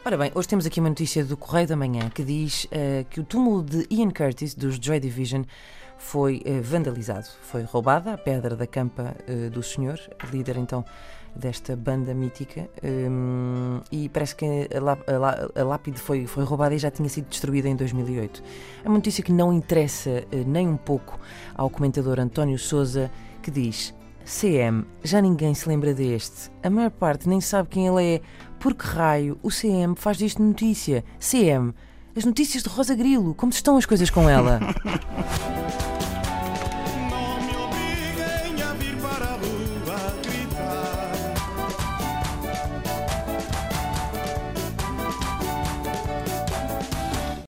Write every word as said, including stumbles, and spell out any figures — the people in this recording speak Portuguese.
Ora bem, hoje temos aqui uma notícia do Correio da Manhã que diz uh, que o túmulo de Ian Curtis, dos Joy Division, foi uh, vandalizado. Foi roubada a pedra da campa uh, do senhor, líder então desta banda mítica, um, e parece que a, lá, a, lá, a lápide foi, foi roubada e já tinha sido destruída em dois mil e oito. É uma notícia que não interessa uh, nem um pouco ao comentador António Sousa, que diz: C M, já ninguém se lembra deste. A maior parte nem sabe quem ele é. Por que raio o C M faz disto notícia? C M, as notícias de Rosa Grilo, como estão as coisas com ela?